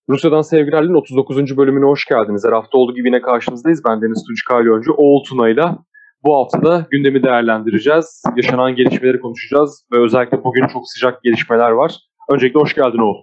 Rusya'dan Sevgiler'in 39. bölümüne hoş geldiniz. Her hafta olduğu gibi yine karşınızdayız. Ben Deniz Tunç Kalyoncu, Oğul Tuna'yla bu hafta gündemi değerlendireceğiz. Yaşanan gelişmeleri konuşacağız ve özellikle bugün çok sıcak gelişmeler var. Öncelikle hoş geldin Oğul.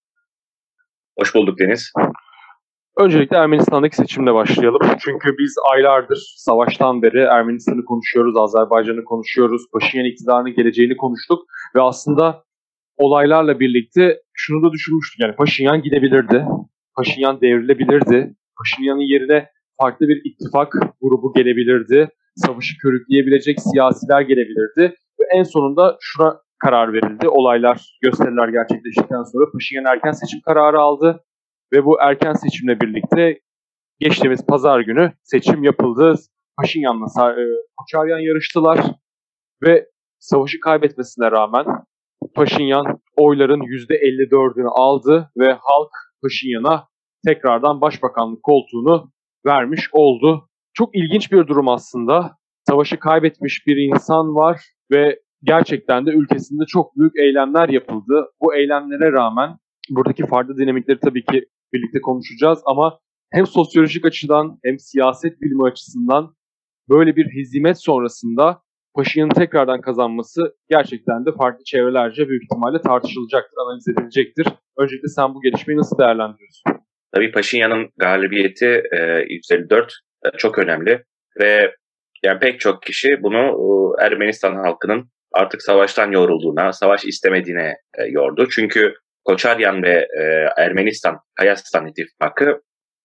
Hoş bulduk Deniz. Öncelikle Ermenistan'daki seçimle başlayalım. Çünkü biz aylardır savaştan beri Ermenistan'ı konuşuyoruz, Azerbaycan'ı konuşuyoruz, Paşinyan iktidarının geleceğini konuştuk ve aslında olaylarla birlikte şunu da düşünmüştük. Yani Paşinyan gidebilirdi. Paşinyan devrilebilirdi. Paşinyan'ın yerine farklı bir ittifak grubu gelebilirdi. Savaşı körükleyebilecek siyasiler gelebilirdi. Ve en sonunda şuna karar verildi. Olaylar, gösteriler gerçekleştikten sonra Paşinyan erken seçim kararı aldı. Ve bu erken seçimle birlikte geçtiğimiz pazar günü seçim yapıldı. Paşinyan'la Koçaryan yarıştılar. Ve savaşı kaybetmesine rağmen Paşinyan oyların %54'ünü aldı ve halk Paşinyan'a tekrardan başbakanlık koltuğunu vermiş oldu. Çok ilginç bir durum aslında. Savaşı kaybetmiş bir insan var ve gerçekten de ülkesinde çok büyük eylemler yapıldı. Bu eylemlere rağmen buradaki farklı dinamikleri tabii ki birlikte konuşacağız ama hem sosyolojik açıdan hem siyaset bilimi açısından böyle bir hezimet sonrasında Paşinyan'ın tekrardan kazanması gerçekten de farklı çevrelerce büyük ihtimalle tartışılacaktır, analiz edilecektir. Öncelikle sen bu gelişmeyi nasıl değerlendiriyorsun? Tabii Paşinyan'ın galibiyeti 154 çok önemli ve yani pek çok kişi bunu Ermenistan halkının artık savaştan yorulduğuna, savaş istemediğine yordu. Çünkü Koçaryan ve Ermenistan, Hayastan İttifakı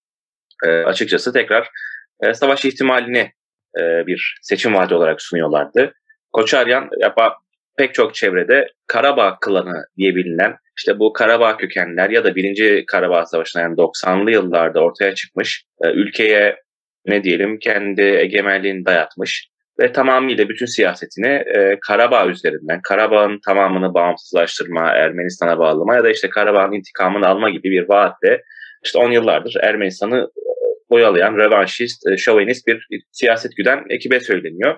açıkçası tekrar savaş ihtimalini bir seçim vaadi olarak sunuyorlardı. Koçaryan pek çok çevrede Karabağ klanı diye bilinen işte bu Karabağ kökenler ya da 1. Karabağ Savaşı'nda yani 90'lı yıllarda ortaya çıkmış ülkeye ne diyelim kendi egemenliğini dayatmış ve tamamıyla bütün siyasetini Karabağ üzerinden, Karabağ'ın tamamını bağımsızlaştırma, Ermenistan'a bağlama ya da işte Karabağ'ın intikamını alma gibi bir vaatle işte 10 yıllardır Ermenistan'ı oyalayan, revanşist, şovenist bir siyaset güden ekibe söyleniyor.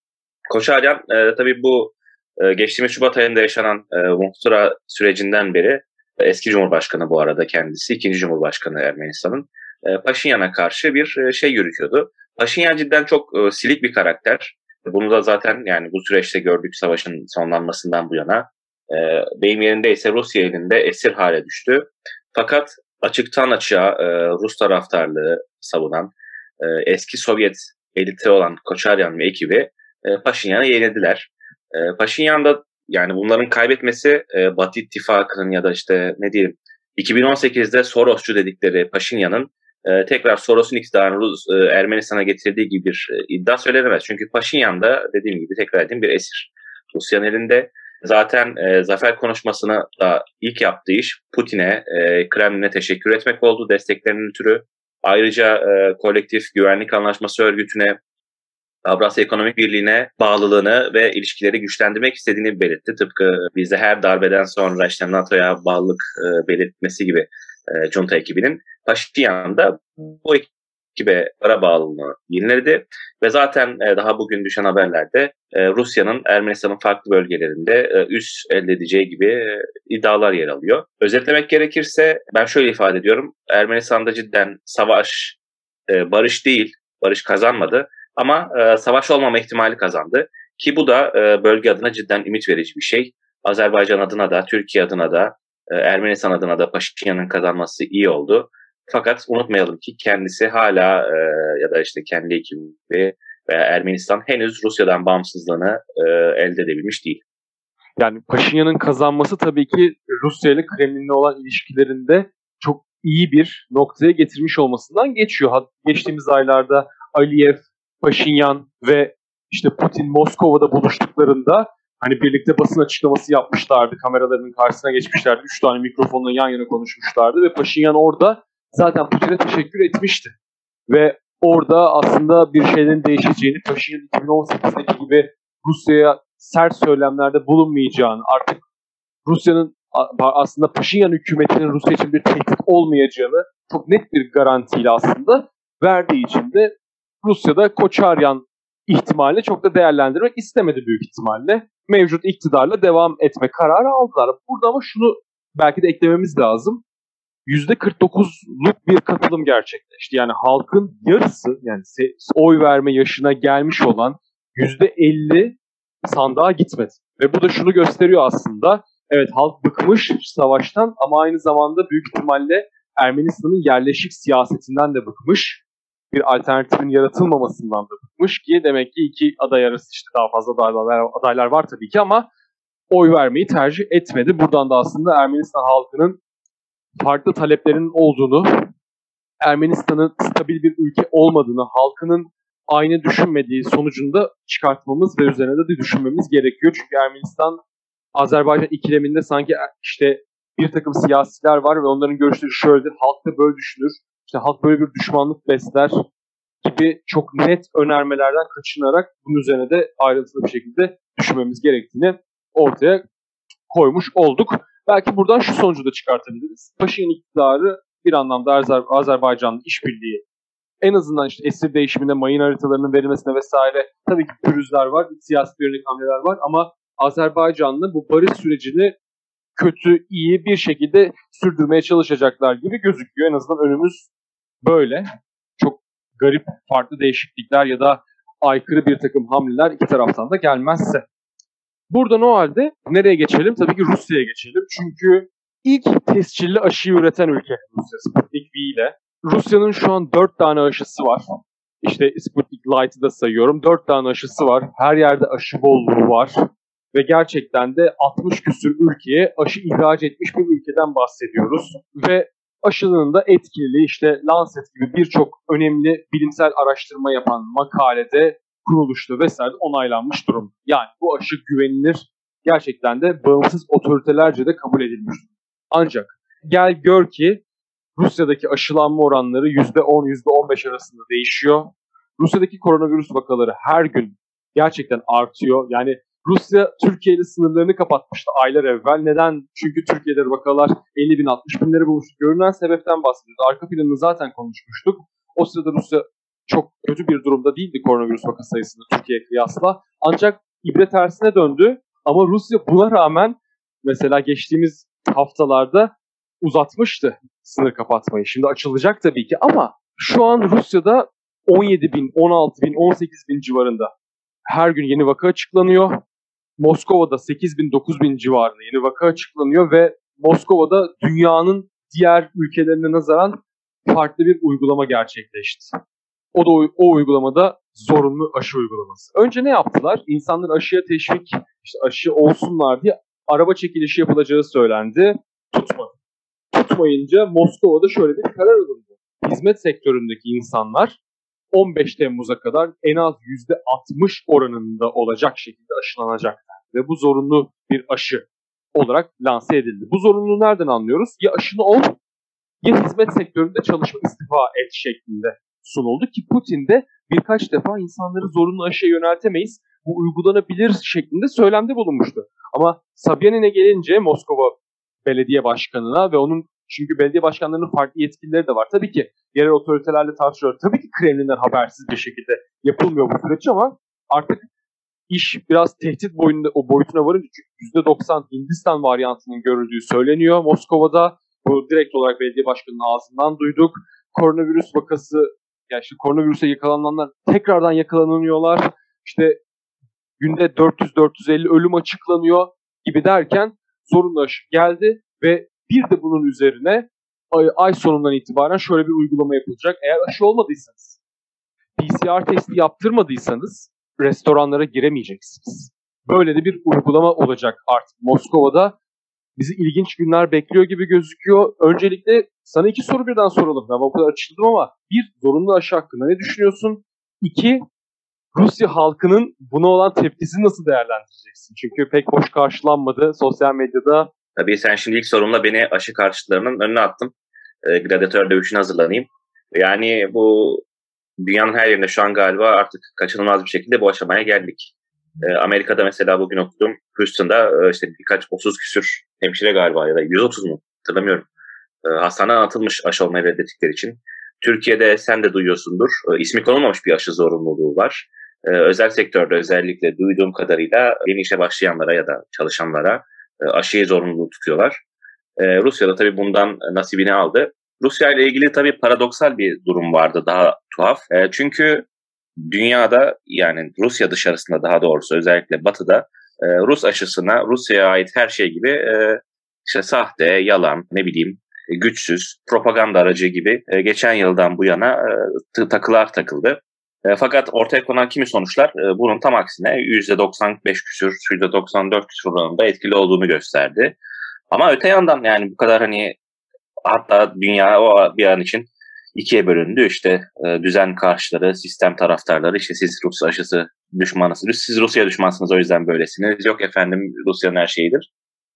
Koçaryan tabii bu geçtiğimiz Şubat ayında yaşanan muhtıra sürecinden beri eski Cumhurbaşkanı bu arada kendisi, 2. Cumhurbaşkanı Ermenistan'ın Paşinyan'a karşı bir şey yürütüyordu. Paşinyan cidden çok silik bir karakter. Bunu da zaten yani bu süreçte gördük savaşın sonlanmasından bu yana. Deyim yerindeyse Rusya elinde esir hale düştü. Fakat açıktan açığa Rus taraftarlığı savunan eski Sovyet eliti olan Koçaryan ve ekibi Paşinyan'ı yenildiler. Paşinyan da yani bunların kaybetmesi Batı İttifakı'nın ya da işte ne diyelim 2018'de Sorosçu dedikleri Paşinyan'ın tekrar Soros'un iktidarını Ermenistan'a getirdiği gibi bir iddia söylenemez. Çünkü Paşinyan da dediğim gibi tekrar edeyim bir esir. Rusya'nın elinde. Zaten zafer konuşmasını da ilk yaptığı iş Putin'e, Kremlin'e teşekkür etmek oldu desteklerinin ötürü. Ayrıca Kolektif Güvenlik Anlaşması Örgütü'ne, Avrasya Ekonomik Birliği'ne bağlılığını ve ilişkileri güçlendirmek istediğini belirtti. Tıpkı bizde her darbeden sonra işte NATO'ya bağlılık belirtmesi gibi junta ekibinin. Paşinyan da bu ekibe para bağlılığını yeniledi ve zaten daha bugün düşen haberlerde Rusya'nın Ermenistan'ın farklı bölgelerinde üs elde edeceği gibi iddialar yer alıyor. Özetlemek gerekirse ben şöyle ifade ediyorum. Ermenistan'da cidden savaş, barış değil, barış kazanmadı. Ama savaş olmama ihtimali kazandı. Ki bu da bölge adına cidden ümit verici bir şey. Azerbaycan adına da, Türkiye adına da, Ermenistan adına da Paşinyan'ın kazanması iyi oldu. Fakat unutmayalım ki kendisi hala ya da işte kendi ekibi veya Ermenistan henüz Rusya'dan bağımsızlığını elde edebilmiş değil. Yani Paşinyan'ın kazanması tabii ki Rusya ile Kremlin'le olan ilişkilerinde çok iyi bir noktaya getirmiş olmasından geçiyor. Geçtiğimiz aylarda Aliyev, Paşinyan ve işte Putin Moskova'da buluştuklarında hani birlikte basın açıklaması yapmışlardı. Kameralarının karşısına geçmişlerdi. 3 tane mikrofonla yan yana konuşmuşlardı ve Paşinyan orada zaten Putin'e teşekkür etmişti. Ve orada aslında bir şeylerin değişeceğini, Paşinyan 2018'deki gibi Rusya'ya sert söylemlerde bulunmayacağını, artık Rusya'nın aslında Paşinyan hükümetinin Rusya için bir tehdit olmayacağını çok net bir garantiyle aslında verdiği için de Rusya'da Koçaryan ihtimalini çok da değerlendirmek istemedi büyük ihtimalle. Mevcut iktidarla devam etme kararı aldılar. Burada ama şunu belki de eklememiz lazım. %49'luk bir katılım gerçekleşti. Yani halkın yarısı, yani oy verme yaşına gelmiş olan %50 sandığa gitmedi. Ve bu da şunu gösteriyor aslında. Evet, halk bıkmış savaştan ama aynı zamanda büyük ihtimalle Ermenistan'ın yerleşik siyasetinden de bıkmış. Bir alternatifin yaratılmamasından da bıkmış ki demek ki iki aday arası işte daha fazla adaylar var tabii ki ama oy vermeyi tercih etmedi. Buradan da aslında Ermenistan halkının farklı taleplerinin olduğunu, Ermenistan'ın stabil bir ülke olmadığını, halkının aynı düşünmediği sonucunda çıkartmamız ve üzerine de düşünmemiz gerekiyor. Çünkü Ermenistan Azerbaycan ikileminde sanki işte bir takım siyasiler var ve onların görüşleri şöyledir, halk da böyle düşünür, işte halk böyle bir düşmanlık besler gibi çok net önermelerden kaçınarak bunun üzerine de ayrıntılı bir şekilde düşünmemiz gerektiğini ortaya koymuş olduk. Belki buradan şu sonucu da çıkartabiliriz. Paşinyan iktidarı bir anlamda Azerbaycan'la işbirliği, en azından işte esir değişimine, mayın haritalarının verilmesine vesaire tabii ki pürüzler var, siyasi yönelik hamleler var ama Azerbaycan'la bu barış sürecini kötü, iyi bir şekilde sürdürmeye çalışacaklar gibi gözüküyor. En azından önümüz böyle. Çok garip, farklı değişiklikler ya da aykırı bir takım hamleler iki taraftan da gelmezse. Buradan o halde nereye geçelim? Tabii ki Rusya'ya geçelim. Çünkü ilk tescilli aşıyı üreten ülke Rusya, Sputnik V ile. Rusya'nın şu an 4 tane aşısı var. İşte Sputnik Light'ı da sayıyorum. 4 tane aşısı var. Her yerde aşı bolluğu var. Ve gerçekten de 60 küsür ülkeye aşı ihraç etmiş bir ülkeden bahsediyoruz. Ve aşının da etkililiği işte Lancet gibi birçok önemli bilimsel araştırma yapan makalede, kuruluşta vesaire onaylanmış durum. Yani bu aşı güvenilir, gerçekten de bağımsız otoritelerce de kabul edilmiş. Ancak gel gör ki Rusya'daki aşılanma oranları %10, %15 arasında değişiyor. Rusya'daki koronavirüs vakaları her gün gerçekten artıyor. Yani Rusya Türkiye ile sınırlarını kapatmıştı aylar evvel. Neden? Çünkü Türkiye'de vakalar 50 bin 60 binleri bulmuştu. Görünen sebepten bahsediyoruz. Arka planını zaten konuşmuştuk. O sırada Rusya çok kötü bir durumda değildi koronavirüs vaka sayısında Türkiye'ye kıyasla. Ancak ibre tersine döndü. Ama Rusya buna rağmen mesela geçtiğimiz haftalarda uzatmıştı sınır kapatmayı. Şimdi açılacak tabii ki ama şu an Rusya'da 17 bin, 16 bin, 18 bin civarında her gün yeni vaka açıklanıyor. Moskova'da 8 bin, 9 bin civarında yeni vaka açıklanıyor ve Moskova'da dünyanın diğer ülkelerine nazaran farklı bir uygulama gerçekleşti. O uygulamada zorunlu aşı uygulaması. Önce ne yaptılar? İnsanları aşıya teşvik, işte aşı olsunlar diye araba çekilişi yapılacağı söylendi. Tutmadı. Tutmayınca Moskova'da şöyle bir karar alındı. Hizmet sektöründeki insanlar 15 Temmuz'a kadar en az %60 oranında olacak şekilde aşılanacaklar. Ve bu zorunlu bir aşı olarak lanse edildi. Bu zorunluluğu nereden anlıyoruz? Ya aşını ol, ya hizmet sektöründe çalışma istifa et şeklinde sunuldu ki Putin de birkaç defa insanları zorunlu aşıya yöneltemeyiz, bu uygulanabilir şeklinde söylemde bulunmuştu. Ama Sobyanin'e gelince Moskova belediye başkanına ve onun çünkü belediye başkanlarının farklı yetkileri de var. Tabii ki yerel otoritelerle tartışıyor. Tabii ki Kremlin'den habersiz bir şekilde yapılmıyor bu süreç ama artık iş biraz tehdit boyutuna varınca çünkü %90 Hindistan varyantının görüldüğü söyleniyor Moskova'da. Bu direkt olarak belediye başkanının ağzından duyduk. Koronavirüs vakası, yani işte koronavirüse yakalananlar tekrardan yakalanıyorlar. İşte günde 400-450 ölüm açıklanıyor gibi derken zorunlu aşı geldi ve bir de bunun üzerine ay sonundan itibaren şöyle bir uygulama yapılacak. Eğer aşı olmadıysanız, PCR testi yaptırmadıysanız restoranlara giremeyeceksiniz. Böyle de bir uygulama olacak artık Moskova'da. Bizi ilginç günler bekliyor gibi gözüküyor. Öncelikle sana 2 soru birden soralım. Ben o kadar açıldım ama 1. Zorunlu aşı hakkında ne düşünüyorsun? 2. Rusya halkının buna olan tepkisini nasıl değerlendireceksin? Çünkü pek hoş karşılanmadı sosyal medyada. Tabii sen şimdi ilk sorumla beni aşı karşıtlarının önüne attın. Gladyatör dövüşüne hazırlanayım. Yani bu dünyanın her yerinde şu an galiba artık kaçınılmaz bir şekilde bu aşamaya geldik. Amerika'da mesela bugün okudum. Houston'da işte birkaç 30 küsür hemşire galiba ya da 130 mu hatırlamıyorum. Hastaneden atılmış aşı olmayı reddettikleri için. Türkiye'de sen de duyuyorsundur. İsmi konulmamış bir aşı zorunluluğu var. Özel sektörde özellikle duyduğum kadarıyla yeni işe başlayanlara ya da çalışanlara aşıyı zorunluluğu tutuyorlar. Rusya da tabii bundan nasibini aldı. Rusya ile ilgili tabii paradoksal bir durum vardı, daha tuhaf. Çünkü dünyada, yani Rusya dışarısında daha doğrusu özellikle Batı'da Rus aşısına Rusya'ya ait her şey gibi işte sahte, yalan, ne bileyim güçsüz, propaganda aracı gibi geçen yıldan bu yana takılar takıldı. Fakat ortaya konan kimi sonuçlar bunun tam aksine %95 küsür, %94 küsur oranında etkili olduğunu gösterdi. Ama öte yandan yani bu kadar hani, hatta dünya o bir an için ikiye bölündü. İşte düzen karşıları, sistem taraftarları, işte siz Rus aşısı düşmanısınız, siz Rusya düşmansınız o yüzden böylesiniz. Yok efendim Rusya'nın her şeyidir.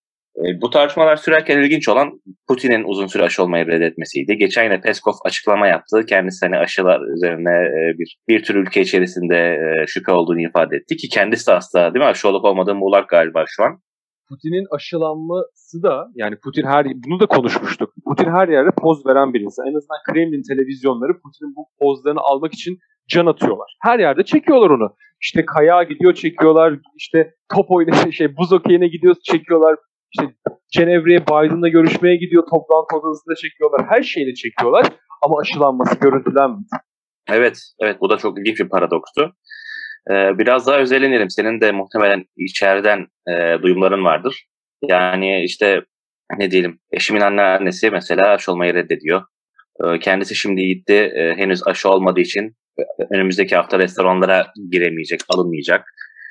Bu tartışmalar sürerken ilginç olan Putin'in uzun süre aşı olmayı reddetmesiydi. Geçen yine Peskov açıklama yaptı. Kendisi hani aşılar üzerine bir tür ülke içerisinde şüphe olduğunu ifade etti ki kendisi de hasta, değil mi? Aşı olup olmadığı muğlak galiba şu an. Putin'in aşılanması da, yani Putin bunu da konuşmuştuk. Putin her yerde poz veren bir insan. En azından Kremlin televizyonları Putin'in bu pozlarını almak için can atıyorlar. Her yerde çekiyorlar onu. İşte kayağa gidiyor çekiyorlar. İşte top oynayışı, buz okeyine gidiyor çekiyorlar. İşte Cenevre'ye Biden'la görüşmeye gidiyor. Toplantı odasında çekiyorlar. Her şeyini çekiyorlar. Ama aşılanması görüntülenmedi. Evet, bu da çok ilginç bir paradokstu. Biraz daha özelenelim. Senin de muhtemelen içeriden duyumların vardır. Yani işte ne diyelim, eşimin anneannesi mesela aşı olmayı reddediyor. Kendisi şimdi gitti, henüz aşı olmadığı için önümüzdeki hafta restoranlara giremeyecek, alınmayacak.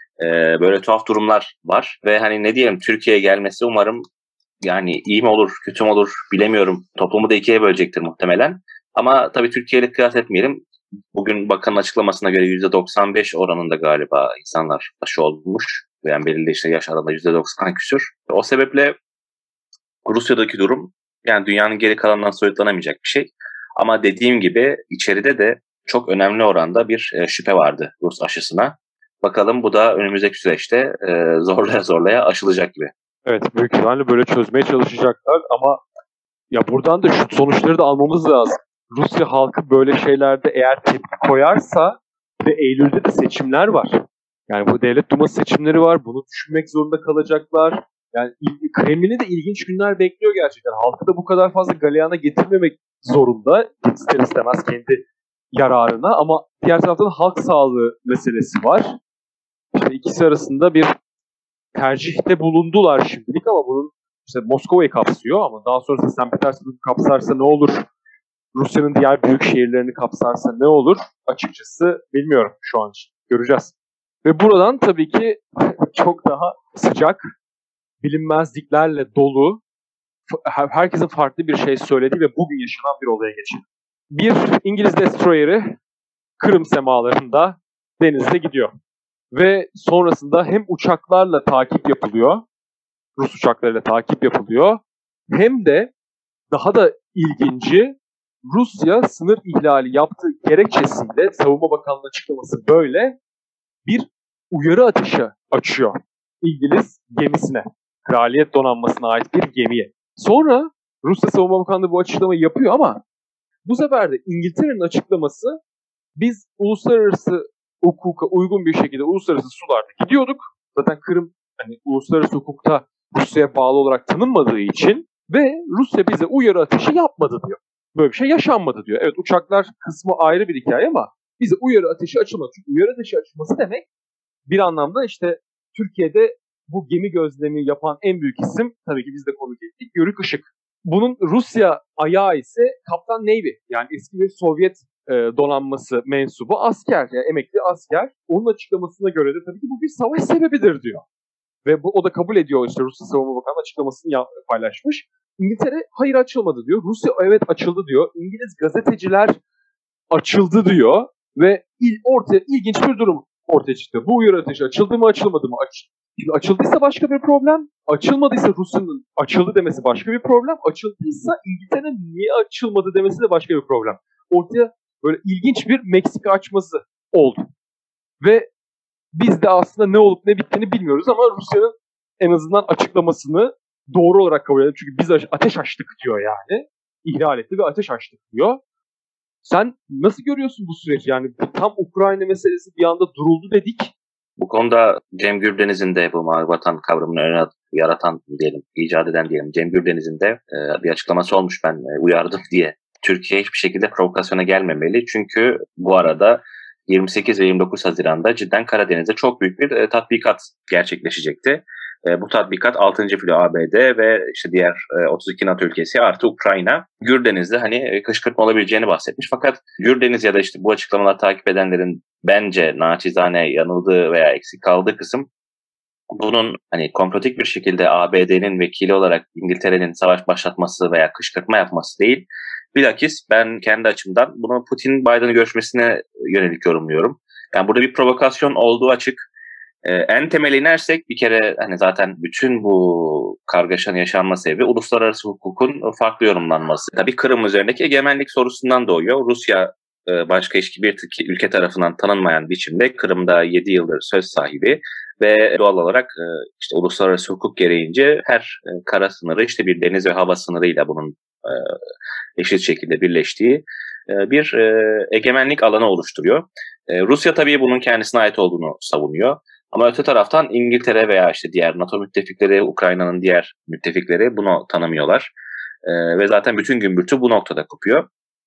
Böyle tuhaf durumlar var ve hani ne diyelim, Türkiye'ye gelmesi umarım yani iyi mi olur, kötü mü olur bilemiyorum. Toplumu da ikiye bölecektir muhtemelen. Ama tabii Türkiye ile kıyas etmeyelim. Bugün bakanın açıklamasına göre %95 oranında galiba insanlar aşı olmuş. Yani belirli işte yaş aralığında %90 küsür. O sebeple Rusya'daki durum yani dünyanın geri kalanından soyutlanamayacak bir şey. Ama dediğim gibi içeride de çok önemli oranda bir şüphe vardı Rus aşısına. Bakalım bu da önümüzdeki süreçte zorlaya aşılacak gibi. Evet, büyük ihtimalle böyle çözmeye çalışacaklar ama ya buradan da şu sonuçları da almamız lazım. Rusya halkı böyle şeylerde eğer tepki koyarsa ve Eylül'de de seçimler var. Yani bu devlet duması seçimleri var. Bunu düşünmek zorunda kalacaklar. Yani Kremlin'i de ilginç günler bekliyor gerçekten. Halkı da bu kadar fazla galeyana getirmemek zorunda. İster istemez kendi yararına. Ama diğer taraftan halk sağlığı meselesi var. İşte ikisi arasında bir tercihte bulundular şimdilik ama bunun işte Moskova'yı kapsıyor ama daha sonrasında St. Petersburg'u kapsarsa ne olur? Rusya'nın diğer büyük şehirlerini kapsarsa ne olur? Açıkçası bilmiyorum şu an için. Göreceğiz. Ve buradan tabii ki çok daha sıcak, bilinmezliklerle dolu, herkesin farklı bir şey söylediği ve bugün yaşanan bir olaya geçelim. Bir İngiliz destroyeri Kırım semalarında denizde gidiyor. Ve sonrasında hem uçaklarla takip yapılıyor, Rus uçaklarıyla takip yapılıyor, hem de daha da ilginci Rusya sınır ihlali yaptığı gerekçesiyle, Savunma Bakanlığı'nın açıklaması böyle, bir uyarı ateşi açıyor İngiliz gemisine, Kraliyet Donanması'na ait bir gemiye. Sonra Rusya Savunma Bakanlığı bu açıklamayı yapıyor ama bu sefer de İngiltere'nin açıklaması, biz uluslararası hukuka uygun bir şekilde uluslararası sularda gidiyorduk. Zaten Kırım hani uluslararası hukukta Rusya'ya bağlı olarak tanınmadığı için ve Rusya bize uyarı ateşi yapmadı diyor. Böyle bir şey yaşanmadı diyor. Evet, uçaklar kısmı ayrı bir hikaye ama bize uyarı ateşi açılmadı. Çünkü uyarı ateşi açılması demek bir anlamda işte Türkiye'de bu gemi gözlemi yapan en büyük isim, tabii ki biz de konuk ettik, Yörük Işık. Bunun Rusya ayağı ise Kaptan Navy, yani eski bir Sovyet donanması mensubu asker, yani emekli asker. Onun açıklamasına göre de tabii ki bu bir savaş sebebidir diyor. Ve o da kabul ediyor, işte Rusya Savunma Bakanı açıklamasını paylaşmış. İngiltere hayır açılmadı diyor. Rusya evet açıldı diyor. İngiliz gazeteciler açıldı diyor. Ve ortaya ilginç bir durum ortaya çıktı. Bu uyarı ateşi açıldı mı açılmadı mı? Şimdi açıldıysa başka bir problem. Açılmadıysa Rusya'nın açıldı demesi başka bir problem. Açıldıysa İngiltere'nin niye açılmadı demesi de başka bir problem. Ortaya böyle ilginç bir Meksika açması oldu. Ve biz de aslında ne olup ne bittiğini bilmiyoruz ama Rusya'nın en azından açıklamasını doğru olarak kabul edelim. Çünkü biz ateş açtık diyor yani. İhlal etti ve ateş açtık diyor. Sen nasıl görüyorsun bu süreci? Yani tam Ukrayna meselesi bir anda duruldu dedik. Bu konuda Cem Gürdeniz'in de bu Mavi Vatan kavramını yaratan diyelim, icat eden diyelim. Cem Gürdeniz'in de bir açıklaması olmuş, ben uyardım diye. Türkiye hiçbir şekilde provokasyona gelmemeli. Çünkü bu arada 28 ve 29 Haziran'da cidden Karadeniz'de çok büyük bir tatbikat gerçekleşecekti. Bu tatbikat 6. Filo ABD ve işte diğer 32 NATO ülkesi artı Ukrayna. Gürdeniz'de hani kışkırtma olabileceğini bahsetmiş. Fakat Gürdeniz ya da işte bu açıklamaları takip edenlerin bence naçizane yanıldığı veya eksik kaldığı kısım, bunun hani komplotik bir şekilde ABD'nin vekili olarak İngiltere'nin savaş başlatması veya kışkırtma yapması değil. Bilakis ben kendi açımdan bunu Putin-Biden görüşmesine yönelik yorumluyorum. Yani burada bir provokasyon olduğu açık. En temele inersek bir kere hani zaten bütün bu kargaşanın yaşanma sebebi uluslararası hukukun farklı yorumlanması. Tabii Kırım üzerindeki egemenlik sorusundan doğuyor. Rusya başka hiçbir ülke tarafından tanınmayan biçimde Kırım'da 7 yıldır söz sahibi ve doğal olarak işte uluslararası hukuk gereğince her kara sınırı işte bir deniz ve hava sınırıyla bunun eşit şekilde birleştiği bir egemenlik alanı oluşturuyor. Rusya tabii bunun kendisine ait olduğunu savunuyor. Ama öte taraftan İngiltere veya işte diğer NATO müttefikleri, Ukrayna'nın diğer müttefikleri bunu tanımıyorlar. Ve zaten bütün gümbürtü bu noktada kopuyor.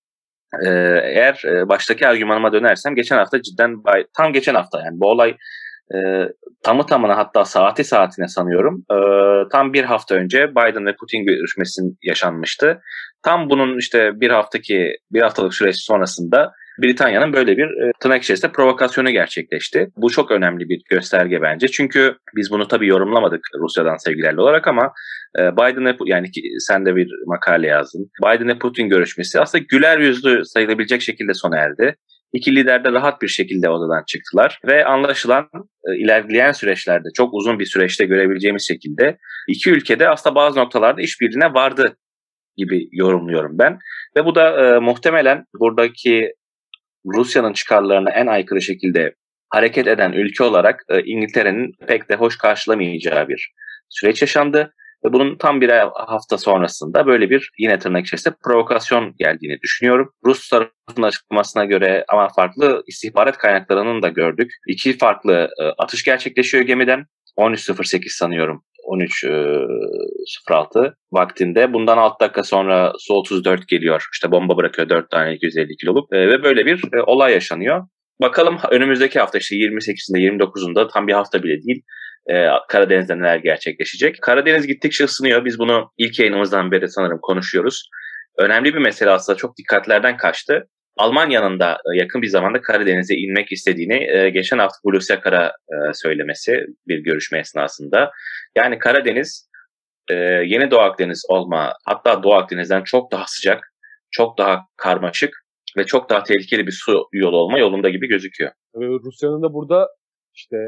Eğer baştaki argümanıma dönersem geçen hafta cidden tam geçen hafta yani bu olay tamı tamına hatta saati saatine sanıyorum tam bir hafta önce Biden ve Putin görüşmesinin yaşanmıştı. Tam bunun işte bir haftalık süreç sonrasında Britanya'nın böyle bir tırnak içerisinde provokasyonu gerçekleşti. Bu çok önemli bir gösterge bence. Çünkü biz bunu tabii yorumlamadık Rusya'dan sevgilerle olarak ama Biden'la yani sen de bir makale yazdın. Biden ve Putin görüşmesi aslında güler yüzlü sayılabilecek şekilde sona erdi. İki lider de rahat bir şekilde odadan çıktılar ve anlaşılan ilerleyen süreçlerde çok uzun bir süreçte görebileceğimiz şekilde iki ülkede aslında bazı noktalarda işbirliğine vardı gibi yorumluyorum ben. Ve bu da muhtemelen buradaki Rusya'nın çıkarlarına en aykırı şekilde hareket eden ülke olarak İngiltere'nin pek de hoş karşılamayacağı bir süreç yaşandı. Ve bunun tam bir hafta sonrasında böyle bir yine tırnak içerisinde provokasyon geldiğini düşünüyorum. Rus tarafının açıklamasına göre ama farklı istihbarat kaynaklarının da gördük. İki farklı atış gerçekleşiyor gemiden. 13.08 sanıyorum. 13.06 vaktinde. Bundan 6 dakika sonra Su-34 geliyor. İşte bomba bırakıyor 4 tane 250 kiloluk. Ve böyle bir olay yaşanıyor. Bakalım önümüzdeki hafta işte 28'inde 29'unda tam bir hafta bile değil. Karadeniz'de neler gerçekleşecek. Karadeniz gittikçe ısınıyor. Biz bunu ilk yayınımızdan beri sanırım konuşuyoruz. Önemli bir mesele aslında, çok dikkatlerden kaçtı. Almanya'nın da yakın bir zamanda Karadeniz'e inmek istediğini geçen hafta Hulusi Akar'a söylemesi bir görüşme esnasında. Yani Karadeniz yeni Doğu Akdeniz olma, hatta Doğu Akdeniz'den çok daha sıcak, çok daha karmaşık ve çok daha tehlikeli bir su yolu olma yolunda gibi gözüküyor. Rusya'nın da burada işte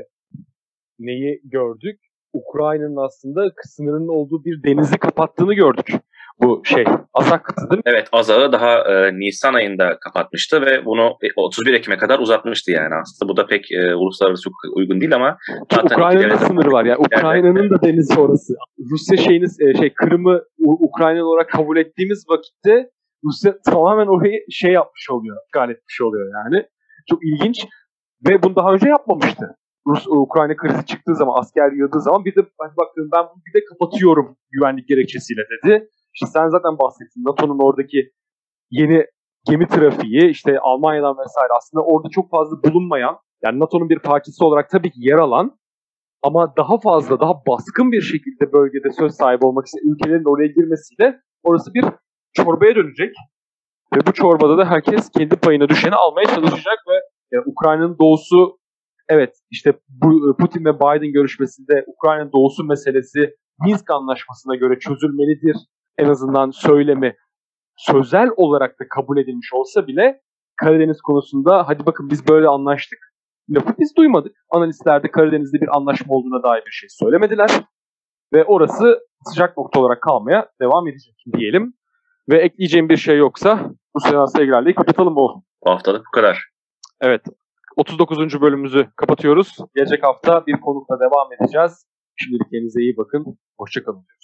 neyi gördük? Ukrayna'nın aslında sınırının olduğu bir denizi kapattığını gördük. Bu Azak'tı değil mi? Evet, Azak'ı daha Nisan ayında kapatmıştı ve bunu 31 Ekim'e kadar uzatmıştı yani aslında. Bu da pek uluslararası hukuka uygun değil ama Ukrayna'nın da sınırı var. Yani Ukrayna'nın da denizi orası. Rusya Kırım'ı Ukrayna olarak kabul ettiğimiz vakitte Rusya tamamen orayı yapmış oluyor, işgal etmiş oluyor yani. Çok ilginç ve bunu daha önce yapmamıştı. Ukrayna krizi çıktığı zaman, asker yığdığı zaman bir de baktım ben bunu bir de kapatıyorum güvenlik gerekçesiyle dedi. İşte sen zaten bahsettin. NATO'nun oradaki yeni gemi trafiği, işte Almanya'dan vesaire aslında orada çok fazla bulunmayan, yani NATO'nun bir parçası olarak tabii ki yer alan ama daha fazla, daha baskın bir şekilde bölgede söz sahibi olmak isteyen ülkelerin oraya girmesiyle orası bir çorbaya dönecek. Ve bu çorbada da herkes kendi payına düşeni almaya çalışacak ve yani Ukrayna'nın doğusu, evet işte bu Putin ve Biden görüşmesinde Ukrayna'nın doğusu meselesi Minsk Anlaşması'na göre çözülmelidir. En azından söylemi sözel olarak da kabul edilmiş olsa bile Karadeniz konusunda hadi bakın biz böyle anlaştık lafı biz duymadık. Analistler Karadeniz'de bir anlaşma olduğuna dair bir şey söylemediler. Ve orası sıcak nokta olarak kalmaya devam edecek diyelim. Ve ekleyeceğim bir şey yoksa bu seans sevgilerle kapatalım bu. Bu haftalık bu kadar. Evet. 39. bölümümüzü kapatıyoruz. Gelecek hafta bir konukla devam edeceğiz. Şimdilik kendinize iyi bakın. Hoşça kalın.